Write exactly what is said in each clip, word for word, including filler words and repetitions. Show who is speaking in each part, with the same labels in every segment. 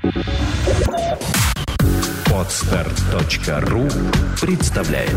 Speaker 1: Подстер точка ру представляет.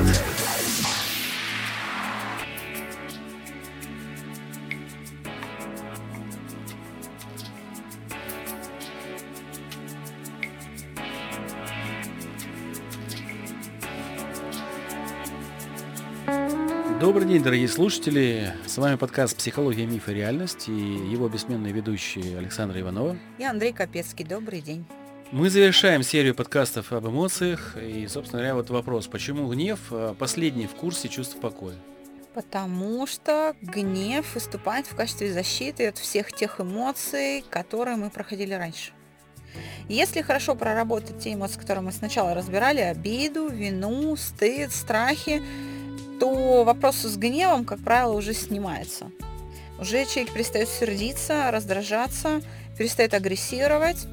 Speaker 2: Добрый день, дорогие слушатели. С вами подкаст «Психология, миф и реальность» и его бессменные ведущие Александра Иванова
Speaker 3: и Андрей Капецкий. Добрый день.
Speaker 2: Мы завершаем серию подкастов об эмоциях. И, собственно говоря, вот вопрос, почему гнев последний в курсе чувств покоя?
Speaker 3: Потому что гнев выступает в качестве защиты от всех тех эмоций, которые мы проходили раньше. Если хорошо проработать те эмоции, которые мы сначала разбирали, обиду, вину, стыд, страхи, то вопрос с гневом, как правило, уже снимается. Уже человек перестает сердиться, раздражаться, перестает агрессировать.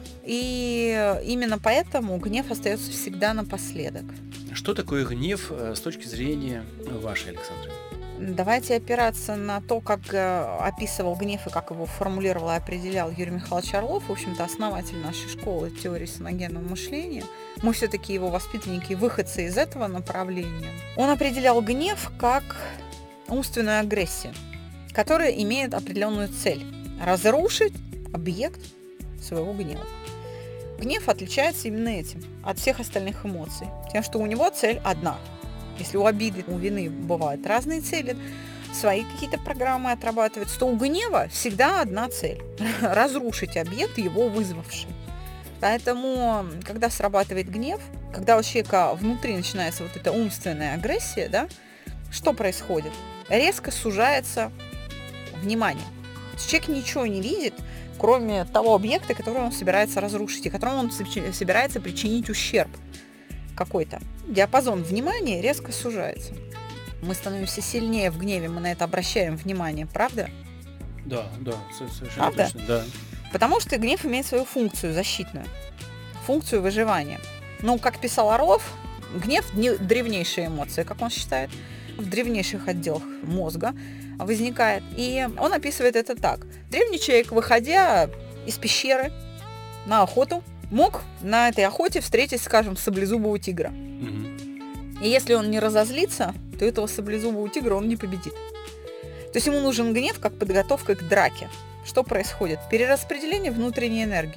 Speaker 3: И именно поэтому гнев остается всегда напоследок.
Speaker 2: Что такое гнев с точки зрения вашей, Александра?
Speaker 3: Давайте опираться на то, как описывал гнев и как его формулировал и определял Юрий Михайлович Орлов, в общем-то, основатель нашей школы теории саногенного мышления. Мы все-таки его воспитанники, выходцы из этого направления. Он определял гнев как умственную агрессию, которая имеет определенную цель – разрушить объект своего гнева. Гнев отличается именно этим от всех остальных эмоций, тем, что у него цель одна. Если у обиды, у вины бывают разные цели, свои какие-то программы отрабатываются, то у гнева всегда одна цель – разрушить объект, его вызвавший. Поэтому, когда срабатывает гнев, когда у человека внутри начинается вот эта умственная агрессия, да, что происходит? Резко сужается внимание. Человек ничего не видит, кроме того объекта, который он собирается разрушить, и которому он собирается причинить ущерб какой-то. Диапазон внимания резко сужается. Мы становимся сильнее в гневе, мы на это обращаем внимание, правда?
Speaker 2: Да, да, совершенно
Speaker 3: правда?
Speaker 2: Точно, да.
Speaker 3: Потому что гнев имеет свою функцию защитную, функцию выживания. Ну, как писал Орлов, гнев – древнейшая эмоция, как он считает, в древнейших отделах мозга возникает. И он описывает это так. Древний человек, выходя из пещеры на охоту, мог на этой охоте встретить, скажем, саблезубого тигра. Угу. И если он не разозлится, то этого саблезубого тигра он не победит. То есть ему нужен гнев как подготовка к драке. Что происходит? Перераспределение внутренней энергии.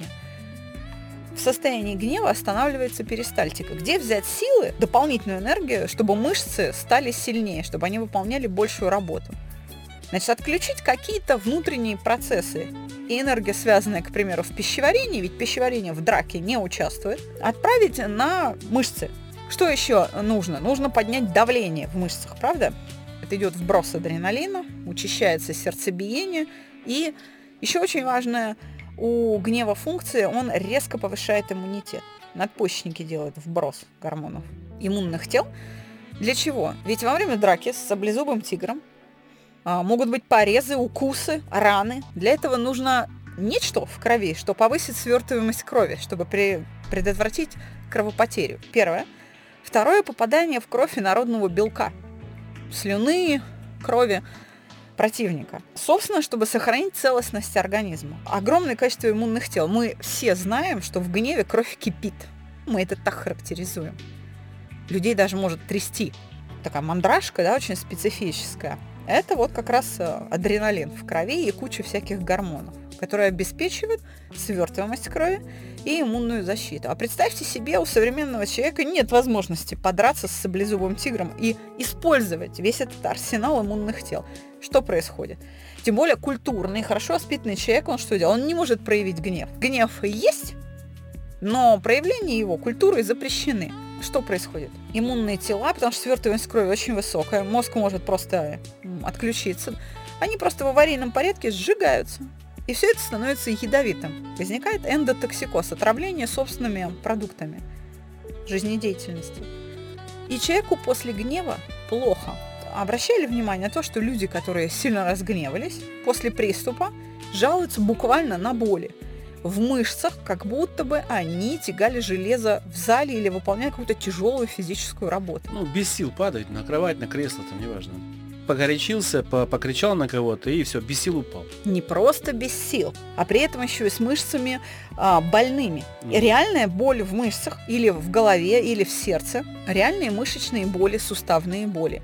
Speaker 3: В состоянии гнева останавливается перистальтика. Где взять силы, дополнительную энергию, чтобы мышцы стали сильнее, чтобы они выполняли большую работу? Значит, отключить какие-то внутренние процессы. И энергия, связанная, к примеру, в пищеварении, ведь пищеварение в драке не участвует, отправить на мышцы. Что еще нужно? Нужно поднять давление в мышцах, правда? Это идет вброс адреналина, учащается сердцебиение. И еще очень важная у гнева функция, он резко повышает иммунитет. Надпочечники делают вброс гормонов иммунных тел. Для чего? Ведь во время драки с саблезубым тигром могут быть порезы, укусы, раны. Для этого нужно нечто в крови, что повысит свертываемость крови, чтобы при... предотвратить кровопотерю. Первое. Второе – попадание в кровь инородного белка, слюны, крови противника. Собственно, чтобы сохранить целостность организма. Огромное количество иммунных тел. Мы все знаем, что в гневе кровь кипит. Мы это так характеризуем. Людей даже может трясти. Такая мандражка, да, очень специфическая. Это вот как раз адреналин в крови и куча всяких гормонов, которые обеспечивают свертываемость крови и иммунную защиту. А представьте себе, у современного человека нет возможности подраться с саблезубым тигром и использовать весь этот арсенал иммунных тел. Что происходит? Тем более культурный, хорошо воспитанный человек, он что делает? Он не может проявить гнев. Гнев есть, но проявления его культурой запрещены. Что происходит? Иммунные тела, потому что свертываемость крови очень высокая, мозг может просто отключиться, они просто в аварийном порядке сжигаются. И все это становится ядовитым. Возникает эндотоксикоз, отравление собственными продуктами жизнедеятельности. И человеку после гнева плохо. Обращали внимание на то, что люди, которые сильно разгневались, после приступа жалуются буквально на боли в мышцах, как будто бы они тягали железо в зале или выполняли какую-то тяжелую физическую работу.
Speaker 2: Ну, без сил падать на кровать, на кресло, там неважно. погорячился, покричал на кого-то и все, без сил упал.
Speaker 3: Не просто без сил, а при этом еще и с мышцами а, больными. Mm. Реальная боль в мышцах или в голове, или в сердце. Реальные мышечные боли, суставные боли.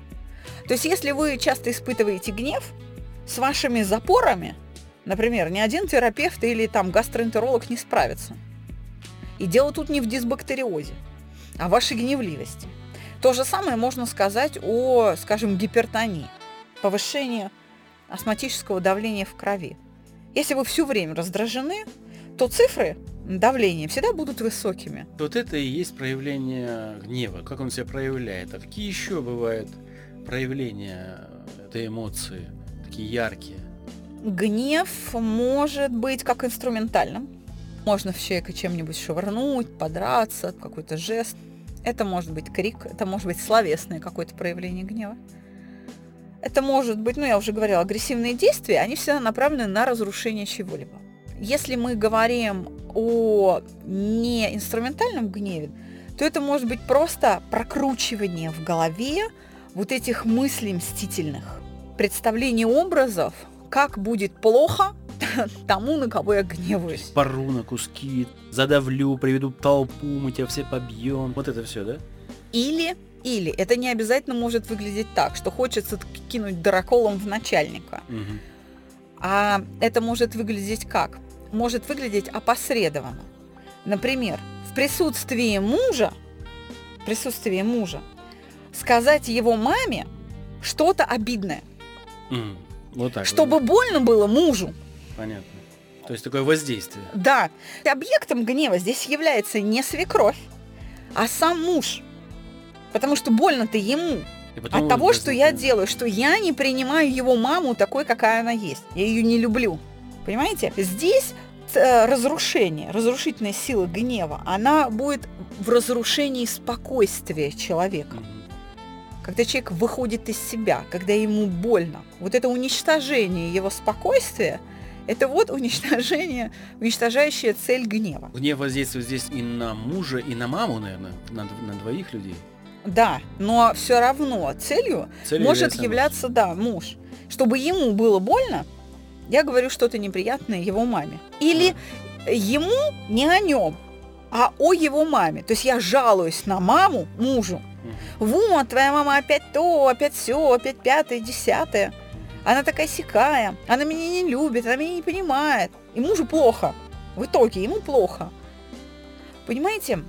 Speaker 3: То есть если вы часто испытываете гнев, с вашими запорами, например, ни один терапевт или там гастроэнтеролог не справится. И дело тут не в дисбактериозе, а в вашей гневливости. То же самое можно сказать о, скажем, гипертонии, повышении астматического давления в крови. Если вы все время раздражены, то цифры давления всегда будут высокими.
Speaker 2: Вот это и есть проявление гнева. Как он себя проявляет? А какие еще бывают проявления этой эмоции, такие яркие?
Speaker 3: Гнев может быть как инструментальным. Можно в человека чем-нибудь швырнуть, подраться, какой-то жест. Это может быть крик, это может быть словесное какое-то проявление гнева. Это может быть, ну я уже говорила, агрессивные действия, они всегда направлены на разрушение чего-либо. Если мы говорим о неинструментальном гневе, то это может быть просто прокручивание в голове вот этих мыслей мстительных, представление образов, как будет плохо тому, на кого я гневаюсь.
Speaker 2: Порву на куски, задавлю, приведу толпу, мы тебя все побьем. Вот это все, да?
Speaker 3: Или, или, это не обязательно может выглядеть так, что хочется кинуть драколом в начальника. Угу. А это может выглядеть как? Может выглядеть опосредованно. Например, в присутствии мужа, в присутствии мужа сказать его маме что-то обидное.
Speaker 2: Mm, вот так.
Speaker 3: Чтобы вот. Больно было мужу.
Speaker 2: Понятно. То есть такое воздействие.
Speaker 3: Да. Объектом гнева здесь является не свекровь, а сам муж. Потому что больно-то ему. От того, что я делаю, что я не принимаю его маму такой, какая она есть. Я ее не люблю. Понимаете? Здесь разрушение, разрушительная сила гнева, она будет в разрушении спокойствия человека. Mm-hmm. Когда человек выходит из себя, когда ему больно. Вот это уничтожение его спокойствия, это вот уничтожение, уничтожающая цель гнева.
Speaker 2: Гнев воздействует здесь и на мужа, и на маму, наверное, на, на двоих людей.
Speaker 3: Да, но все равно целью, целью может являться, муж. Да, муж. Чтобы ему было больно, я говорю что-то неприятное его маме. Или а. ему не о нем, а о его маме. То есть я жалуюсь на маму мужу. Угу. Вот, твоя мама опять то, опять все, опять пятое, десятое. Она такая сякая, она меня не любит, она меня не понимает. И мужу плохо. В итоге ему плохо. Понимаете,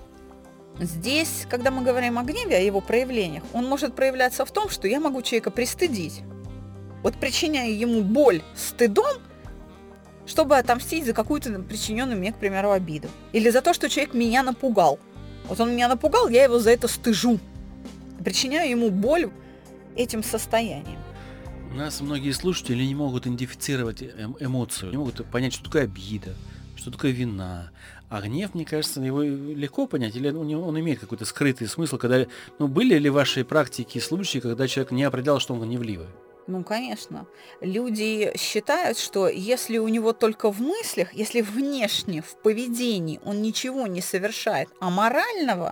Speaker 3: здесь, когда мы говорим о гневе, о его проявлениях, он может проявляться в том, что я могу человека пристыдить. Вот причиняя ему боль стыдом, чтобы отомстить за какую-то причиненную мне, к примеру, обиду. Или за то, что человек меня напугал. Вот он меня напугал, я его за это стыжу. Причиняю ему боль этим состоянием.
Speaker 2: У нас многие слушатели не могут идентифицировать эм- эмоцию, не могут понять, что такое обида, что такое вина. А гнев, мне кажется, его легко понять, или он, он имеет какой-то скрытый смысл, когда, ну, были ли в вашей практике случаи, когда человек не определял, что он гневливый?
Speaker 3: Ну, конечно. Люди считают, что если у него только в мыслях, если внешне, в поведении он ничего не совершает аморального,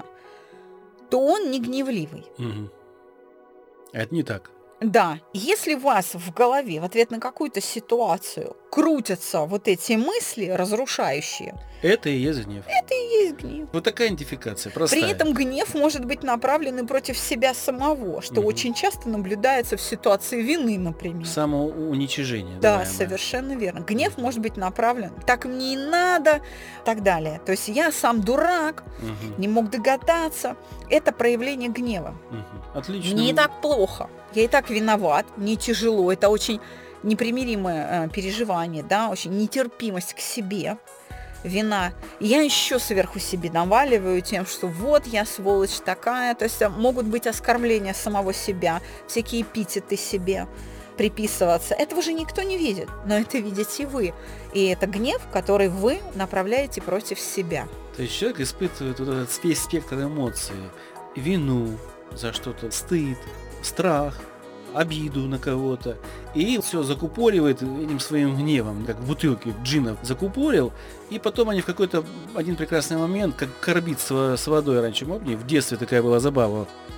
Speaker 3: то он не гневливый.
Speaker 2: Угу. Это не так.
Speaker 3: Да, если у вас в голове в ответ на какую-то ситуацию крутятся вот эти мысли разрушающие,
Speaker 2: это и есть гнев.
Speaker 3: Это и есть гнев.
Speaker 2: Вот такая идентификация, простая.
Speaker 3: При этом гнев может быть направлен и против себя самого, что угу. очень часто наблюдается в ситуации вины, например.
Speaker 2: Самоуничижение.
Speaker 3: Да, даваемое. Совершенно верно. Гнев может быть направлен, так мне и надо, и так далее. То есть я сам дурак, угу. не мог догадаться. Это проявление гнева.
Speaker 2: Угу. Отлично.
Speaker 3: Мне и так плохо. Я и так виноват, мне тяжело, это очень непримиримое э, переживание, да, очень нетерпимость к себе, вина. И я еще сверху себе наваливаю тем, что вот я сволочь такая, то есть могут быть оскорбления самого себя, всякие эпитеты себе приписываться. Этого же никто не видит, но это видите вы. И это гнев, который вы направляете против себя.
Speaker 2: То есть человек испытывает вот этот весь спектр эмоций, вину за что-то, стыд, страх, обиду на кого-то. И все закупоривает этим своим гневом, как в бутылке джина закупорил, и потом они в какой-то один прекрасный момент, как корбит с водой раньше, помните, в детстве такая была забава.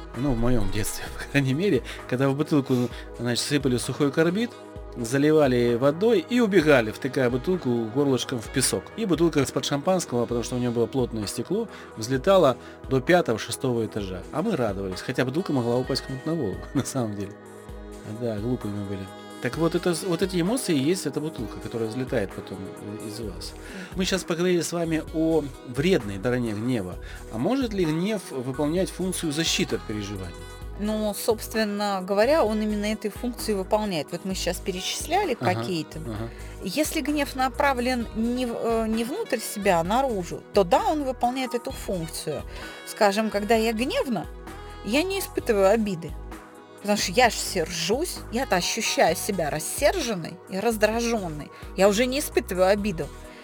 Speaker 2: ну, в моем детстве, по крайней мере, когда в бутылку, значит, сыпали сухой карбид, заливали водой и убегали, втыкая бутылку горлышком в песок. И бутылка из-под шампанского, потому что у нее было плотное стекло, взлетала до пятого-шестого этажа. А мы радовались, хотя бутылка могла упасть кому-то на голову, на самом деле. Да, глупые мы были. Так вот, это, вот эти эмоции и есть эта бутылка, которая взлетает потом из вас. Мы сейчас поговорили с вами о вредной стороне гнева. А может ли гнев выполнять функцию защиты от переживаний?
Speaker 3: Ну, собственно говоря, он именно этой функции выполняет. Вот мы сейчас перечисляли
Speaker 2: Ага,
Speaker 3: какие-то.
Speaker 2: ага.
Speaker 3: Если гнев направлен не, в- э, не внутрь себя, а наружу, то да, он выполняет эту функцию. Скажем, когда я гневна, я не испытываю обиды. Потому что я же сержусь, я-то ощущаю себя рассерженной и раздраженной. Я уже не испытываю обиду.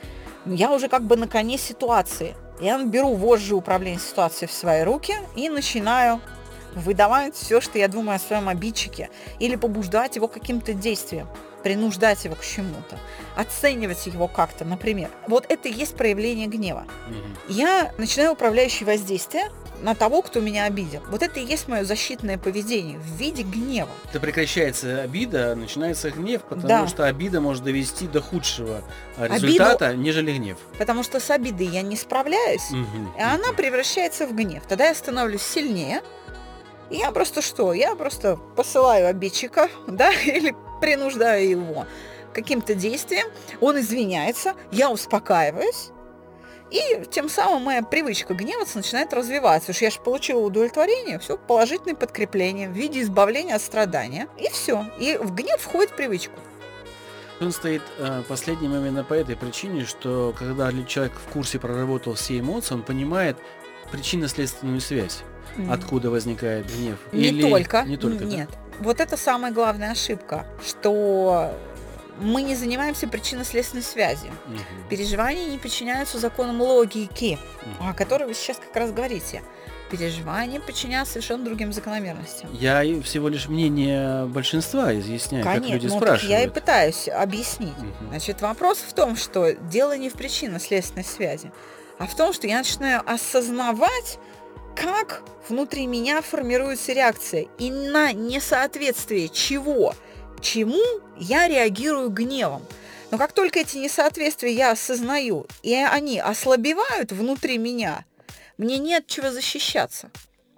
Speaker 3: Я уже как бы на коне ситуации. Я беру вожжи управления ситуацией в свои руки и начинаю выдавать все, что я думаю о своем обидчике, или побуждать его к каким-то действиям, принуждать его к чему-то, оценивать его как-то, например. Вот это и есть проявление гнева.
Speaker 2: Мгм.
Speaker 3: Я начинаю управляющее воздействие на того, кто меня обидел. Вот это и есть мое защитное поведение в виде гнева.
Speaker 2: Это прекращается обида, начинается гнев, потому
Speaker 3: Да.
Speaker 2: что обида может довести до худшего а,
Speaker 3: Обиду-
Speaker 2: результата, нежели гнев.
Speaker 3: Потому что с обидой я не справляюсь,
Speaker 2: Мгм.
Speaker 3: и она превращается в гнев. Тогда я становлюсь сильнее, и я просто что? Я просто посылаю обидчика, да, или принуждаю его к каким-то действиям, он извиняется, я успокаиваюсь, и тем самым моя привычка гневаться начинает развиваться. Потому что я же получила удовлетворение, все, положительное подкрепление в виде избавления от страдания, и все. И в гнев входит в привычку.
Speaker 2: Он стоит э, последним именно по этой причине, что когда ли- человек в курсе проработал все эмоции, он понимает причинно-следственную связь,
Speaker 3: М.
Speaker 2: откуда возникает гнев.
Speaker 3: Не
Speaker 2: Или-
Speaker 3: только.
Speaker 2: Не только, да?
Speaker 3: Нет. Вот это самая главная ошибка, что мы не занимаемся причинно-следственной связью.
Speaker 2: Мгм.
Speaker 3: Переживания не подчиняются законам логики,
Speaker 2: Мгм.
Speaker 3: о которой вы сейчас как раз говорите. Переживания подчиняются совершенно другим закономерностям.
Speaker 2: Я и всего лишь мнение большинства изъясняю, как
Speaker 3: Конечно,
Speaker 2: люди
Speaker 3: ну, так
Speaker 2: спрашивают.
Speaker 3: я и пытаюсь объяснить.
Speaker 2: Мгм.
Speaker 3: Значит, вопрос в том, что дело не в причинно-следственной связи, а в том, что я начинаю осознавать, как внутри меня формируется реакция, и на несоответствие чего, чему я реагирую гневом. Но как только эти несоответствия я осознаю, и они ослабевают внутри меня, мне не от чего защищаться.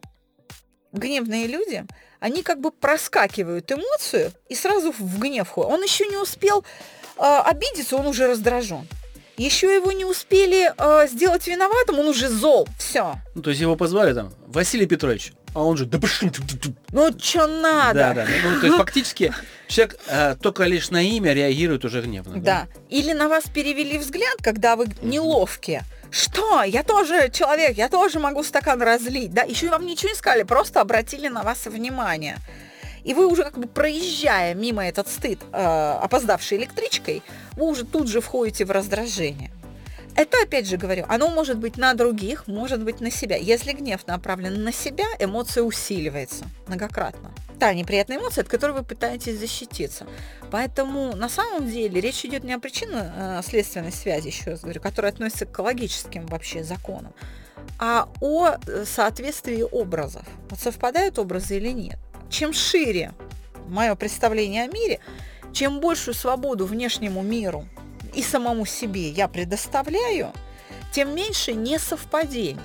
Speaker 3: Гневные люди, они как бы проскакивают эмоцию и сразу в гнев ходят. Он еще не успел э, обидеться, он уже раздражен. Еще его не успели э, сделать виноватым, он уже зол. Все.
Speaker 2: Ну, то есть его позвали там, Василий Петрович, а он же... «Да пошли ты, ты, ты».
Speaker 3: Ну, что надо?
Speaker 2: Да, да. Ну, то есть фактически человек э, только лишь на имя реагирует уже гневно.
Speaker 3: Да. Или на вас перевели взгляд, когда вы неловкие. Что? Я тоже человек, я тоже могу стакан разлить. Да? Еще и вам ничего не сказали, просто обратили на вас внимание. И вы уже как бы проезжая мимо этот стыд, э, опоздавшей электричкой, вы уже тут же входите в раздражение. Это, опять же говорю, оно может быть на других, может быть на себя. Если гнев направлен на себя, эмоция усиливается многократно. Та неприятная эмоция, от которой вы пытаетесь защититься. Поэтому на самом деле речь идет не о причинно-следственной связи, еще раз говорю, которая относится к логическим вообще законам, а о соответствии образов. Вот совпадают образы или нет. Чем шире мое представление о мире, чем большую свободу внешнему миру и самому себе я предоставляю, тем меньше несовпадений,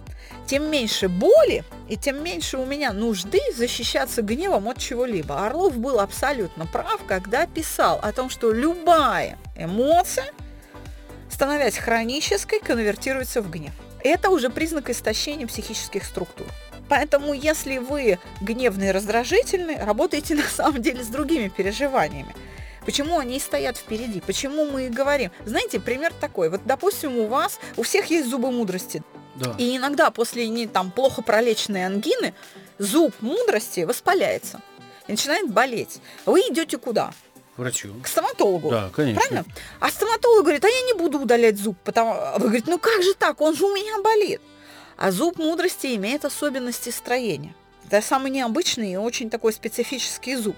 Speaker 3: тем меньше боли и тем меньше у меня нужды защищаться гневом от чего-либо. Орлов был абсолютно прав, когда писал о том, что любая эмоция, становясь хронической, конвертируется в гнев. Это уже признак истощения психических структур. Поэтому, если вы гневный и раздражительный, работаете на самом деле с другими переживаниями. Почему они и стоят впереди? Почему мы и говорим? Знаете, пример такой. Вот, допустим, у вас, у всех есть зубы мудрости.
Speaker 2: Да.
Speaker 3: И иногда после не, там, плохо пролеченной ангины зуб мудрости воспаляется и начинает болеть. Вы идете куда?
Speaker 2: К врачу.
Speaker 3: К стоматологу.
Speaker 2: Да, конечно.
Speaker 3: Правильно? А стоматолог говорит, а я не буду удалять зуб. Потому... Вы говорите, ну как же так? Он же у меня болит. А зуб мудрости имеет особенности строения. Это самый необычный и очень такой специфический зуб.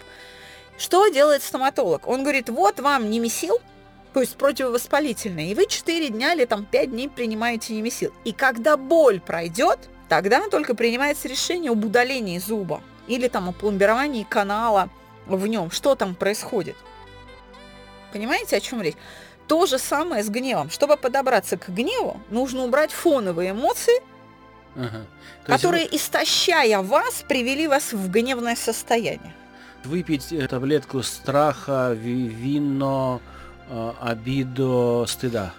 Speaker 3: Что делает стоматолог? Он говорит, вот вам немесил, то есть противовоспалительный, и вы четыре дня или там пять дней принимаете немесил. И когда боль пройдет, тогда только принимается решение об удалении зуба или там о пломбировании канала в нем. Что там происходит? Понимаете, о чем речь? То же самое с гневом. Чтобы подобраться к гневу, нужно убрать фоновые эмоции,
Speaker 2: Ага. То
Speaker 3: которые,
Speaker 2: есть
Speaker 3: истощая вас, привели вас в гневное состояние.
Speaker 2: выпить э, таблетку страха, ви- вино, э, обиду, стыда.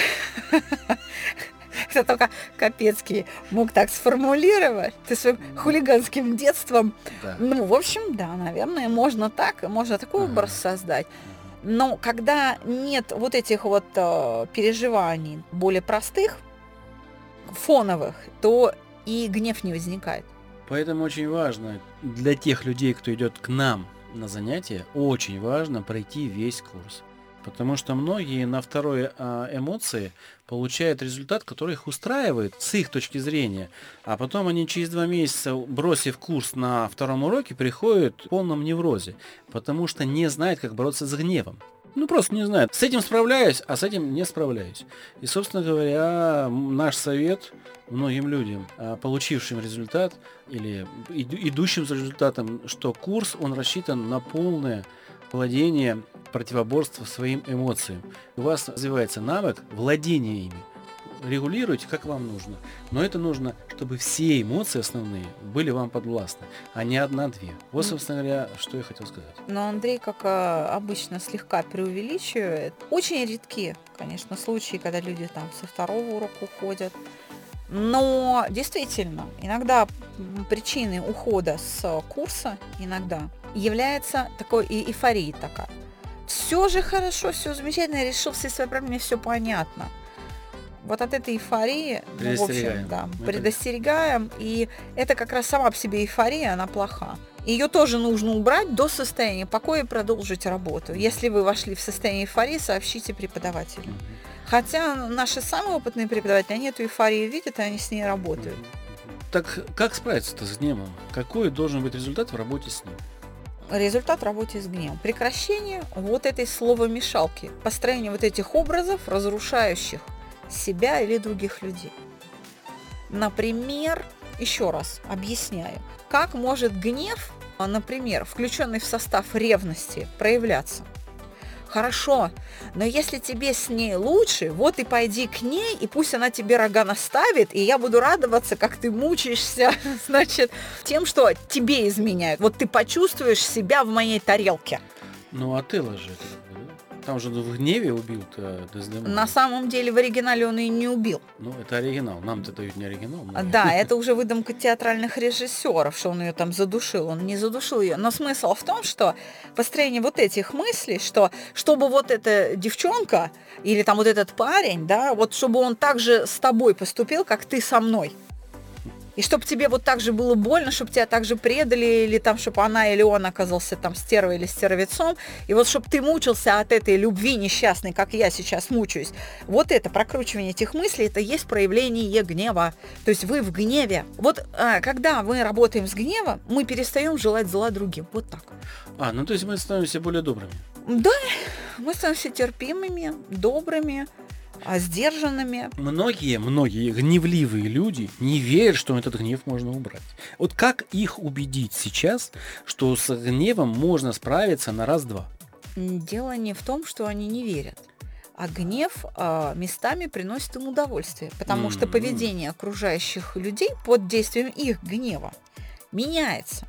Speaker 3: Это только Капецкий мог так сформулировать. Ты своим хулиганским детством.
Speaker 2: Да.
Speaker 3: Ну, в общем, да, наверное, можно так, можно такой
Speaker 2: Ага.
Speaker 3: образ создать. Но когда нет вот этих вот э, переживаний более простых, фоновых, то и гнев не возникает.
Speaker 2: Поэтому очень важно для тех людей, кто идет к нам на занятия, очень важно пройти весь курс. Потому что многие на второй а, эмоции получают результат, который их устраивает с их точки зрения. А потом они через два месяца, бросив курс на втором уроке, приходят в полном неврозе. Потому что не знают, как бороться с гневом. Ну, просто не знают. С этим справляюсь, а с этим не справляюсь. И, собственно говоря, м, наш совет многим людям, а, получившим результат или иду- идущим за результатом, что курс, он рассчитан на полное владение, противоборство своим эмоциям. У вас развивается навык владения ими. Регулируйте, как вам нужно. Но это нужно, чтобы все эмоции основные были вам подвластны, а не одна-две. Вот,
Speaker 3: Мгм.
Speaker 2: собственно говоря, что я хотел сказать.
Speaker 3: Но Андрей, как а, обычно, слегка преувеличивает. Очень редки, конечно, случаи, когда люди там со второго урока уходят. Но действительно, иногда м, причиной ухода с курса иногда является такой и эйфория такая. Все же хорошо, все замечательно, я решил все свои проблемы, все понятно. Вот от этой эйфории, ну, в общем,
Speaker 2: Предостерегаем.
Speaker 3: да,
Speaker 2: Это-
Speaker 3: предостерегаем, и это как раз сама по себе эйфория, она плоха. Ее тоже нужно убрать до состояния покоя и продолжить работу. Если вы вошли в состояние эйфории, сообщите преподавателю.
Speaker 2: Мгм.
Speaker 3: Хотя наши самые опытные преподаватели, они эту эйфорию видят, и они с ней работают.
Speaker 2: Так как справиться-то с гневом? Какой должен быть результат в работе с ним?
Speaker 3: Результат работы с гневом. Прекращение вот этой словомешалки, построение вот этих образов, разрушающих себя или других людей. Например, еще раз объясняю, как может гнев, а, например, включенный в состав ревности, проявляться. Хорошо, но если тебе с ней лучше, вот и пойди к ней, и пусть она тебе рога наставит, и я буду радоваться, как ты мучаешься, значит, тем, что тебе изменяют. Вот ты почувствуешь себя в моей тарелке.
Speaker 2: Ну, Отелло же это, как бы, да? Там же в гневе убил-то Дездемону.
Speaker 3: На самом деле в оригинале он ее не убил.
Speaker 2: Ну, это оригинал. Нам-то дают не оригинал. но-
Speaker 3: Да, это уже выдумка театральных режиссеров, что он ее там задушил. Он не задушил ее. Но смысл в том, что построение вот этих мыслей, что чтобы вот эта девчонка или там вот этот парень, да, вот чтобы он так же с тобой поступил, как ты со мной. И чтобы тебе вот так же было больно, чтобы тебя так же предали, или там, чтобы она или он оказался там стервой или стервецом, и вот чтобы ты мучился от этой любви несчастной, как я сейчас мучаюсь. Вот это прокручивание этих мыслей, это есть проявление гнева. То есть вы в гневе. Вот а, когда мы работаем с гневом, мы перестаем желать зла другим. Вот так.
Speaker 2: А, ну то есть мы становимся более добрыми.
Speaker 3: Да, мы становимся терпимыми, добрыми, а, сдержанными.
Speaker 2: Многие, многие гневливые люди не верят, что этот гнев можно убрать. Вот как их убедить сейчас, что с гневом можно справиться на раз-два?
Speaker 3: Дело не в том, что они не верят, а гнев а, местами приносит им удовольствие, потому что
Speaker 2: М.
Speaker 3: поведение окружающих людей под действием их гнева меняется.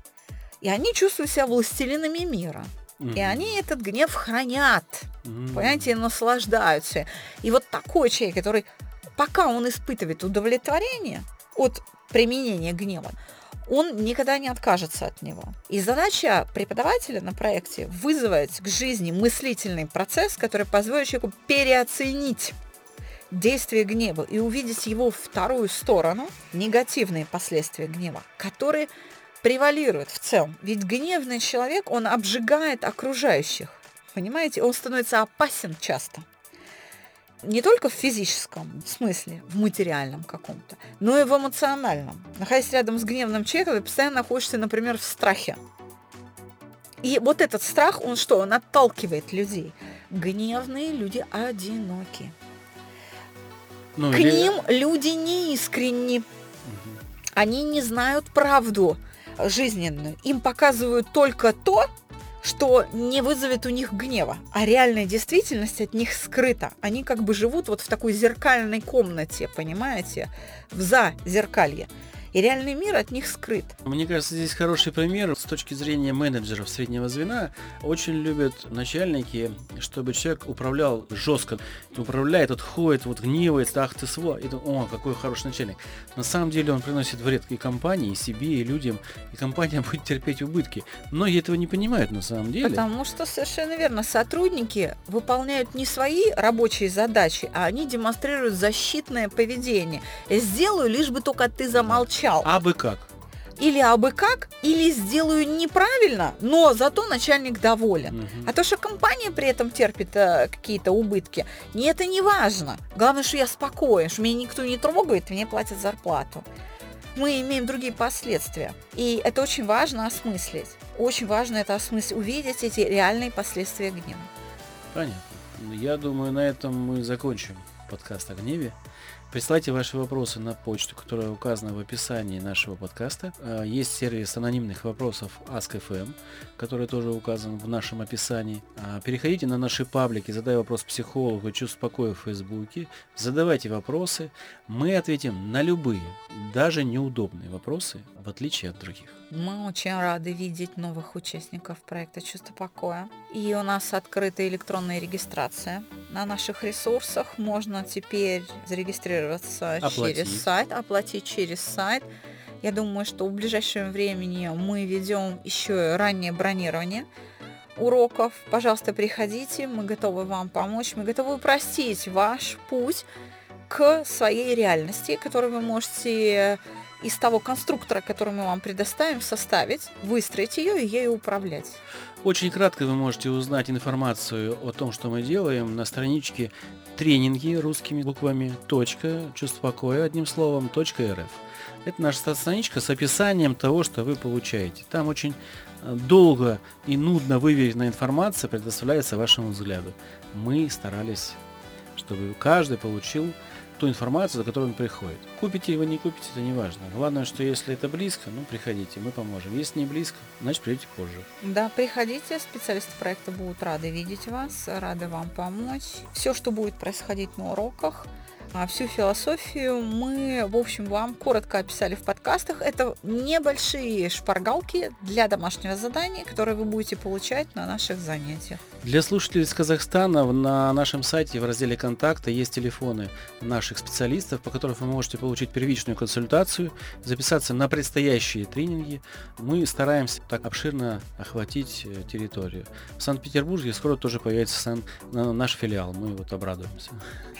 Speaker 3: И они чувствуют себя властелинами мира. И они этот гнев хранят,
Speaker 2: М.
Speaker 3: понимаете, и наслаждаются. И вот такой человек, который, пока он испытывает удовлетворение от применения гнева, он никогда не откажется от него. И задача преподавателя на проекте вызвать к жизни мыслительный процесс, который позволит человеку переоценить действие гнева и увидеть его вторую сторону, негативные последствия гнева, которые превалируют в целом. Ведь гневный человек, он обжигает окружающих. Понимаете, он становится опасен часто. Не только в физическом смысле, в материальном каком-то, но и в эмоциональном. Находясь рядом с гневным человеком, ты постоянно находишься, например, в страхе. И вот этот страх, он что? Он отталкивает людей. Гневные люди одиноки.
Speaker 2: Ну,
Speaker 3: К
Speaker 2: или-
Speaker 3: ним люди неискренни. Они не знают правду жизненную. Им показывают только то, что не вызовет у них гнева, а реальная действительность от них скрыта. Они как бы живут вот в такой зеркальной комнате, понимаете, в зазеркалье. И реальный мир от них скрыт.
Speaker 2: Мне кажется, здесь хороший пример с точки зрения менеджеров среднего звена. Очень любят начальники, чтобы человек управлял жестко. Управляет, вот ходит, вот гневается, ах ты свой. И думаю, о, какой хороший начальник. На самом деле он приносит вред и компании, и себе, и людям. И компания будет терпеть убытки. Многие этого не понимают на самом деле.
Speaker 3: Потому что совершенно верно. Сотрудники выполняют не свои рабочие задачи, а они демонстрируют защитное поведение. Я сделаю, лишь бы только ты замолчал.
Speaker 2: А бы как?
Speaker 3: Или абы как, или сделаю неправильно, но зато начальник доволен.
Speaker 2: Угу.
Speaker 3: А то, что компания при этом терпит а, какие-то убытки, не, это не важно. Главное, что я спокоен, что меня никто не трогает, мне платят зарплату. Мы имеем другие последствия. И это очень важно осмыслить. Очень важно это осмыслить, увидеть эти реальные последствия гнева.
Speaker 2: Понятно. Я думаю, на этом мы закончим подкаст о гневе. Присылайте ваши вопросы на почту, которая указана в описании нашего подкаста. Есть сервис анонимных вопросов Ask эф эм, который тоже указан в нашем описании. Переходите на наши паблики, задай вопрос психологу, чувство покоя в Фейсбуке. Задавайте вопросы. Мы ответим на любые, даже неудобные вопросы, в отличие от других.
Speaker 3: Мы очень рады видеть новых участников проекта «Чувство покоя». И у нас открыта электронная регистрация. На наших ресурсах можно теперь зарегистрироваться
Speaker 2: Оплатить.
Speaker 3: через сайт, оплатить через сайт. Я думаю, что в ближайшем времени мы ведем еще раннее бронирование уроков. Пожалуйста, приходите, мы готовы вам помочь, мы готовы упростить ваш путь к своей реальности, которую вы можете из того конструктора, который мы вам предоставим, составить, выстроить ее и ею управлять.
Speaker 2: Очень кратко вы можете узнать информацию о том, что мы делаем, на страничке тренинги русскими буквами точка, чувство покоя, одним словом, точка рф. Это наша страничка с описанием того, что вы получаете. Там очень долго и нудно выверенная информация предоставляется вашему взгляду. Мы старались, чтобы каждый получил ту информацию, за которую он приходит. Купите вы, не купите, это не важно. Главное, что если это близко, ну, приходите, мы поможем. Если не близко, значит, придете позже.
Speaker 3: Да, приходите, специалисты проекта будут рады видеть вас, рады вам помочь. Все, что будет происходить на уроках, всю философию мы, в общем, вам коротко описали в подкастах. Это небольшие шпаргалки для домашнего задания, которые вы будете получать на наших занятиях.
Speaker 2: Для слушателей из Казахстана на нашем сайте в разделе «Контакты» есть телефоны наших специалистов, по которым вы можете получить первичную консультацию, записаться на предстоящие тренинги. Мы стараемся так обширно охватить территорию. В Санкт-Петербурге скоро тоже появится наш филиал. Мы вот обрадуемся.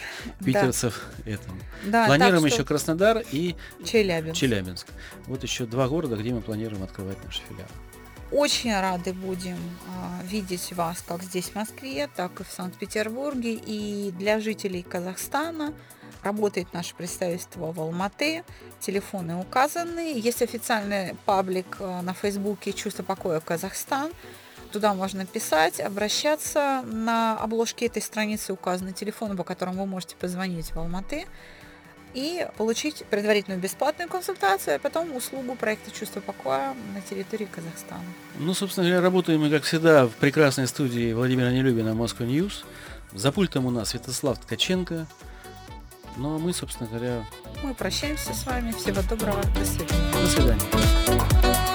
Speaker 2: Питерцев этому.
Speaker 3: Да,
Speaker 2: планируем
Speaker 3: так,
Speaker 2: еще Краснодар и
Speaker 3: Челябинск.
Speaker 2: Челябинск. Вот еще два города, где мы планируем открывать наши филиалы.
Speaker 3: Очень рады будем а, видеть вас как здесь, в Москве, так и в Санкт-Петербурге. И для жителей Казахстана работает наше представительство в Алматы. Телефоны указаны. Есть официальный паблик а, на Фейсбуке «Чувство покоя Казахстан». Туда можно писать, обращаться. На обложке этой страницы указаны телефоны, по которым вы можете позвонить в Алматы и получить предварительную бесплатную консультацию, а потом услугу проекта «Чувство покоя» на территории Казахстана.
Speaker 2: Ну, собственно говоря, работаем мы, как всегда, в прекрасной студии Владимира Нелюбина Moscow News. За пультом у нас Святослав Ткаченко. Ну, а мы, собственно говоря...
Speaker 3: Мы прощаемся с вами. Всего доброго. До свидания.
Speaker 2: До свидания.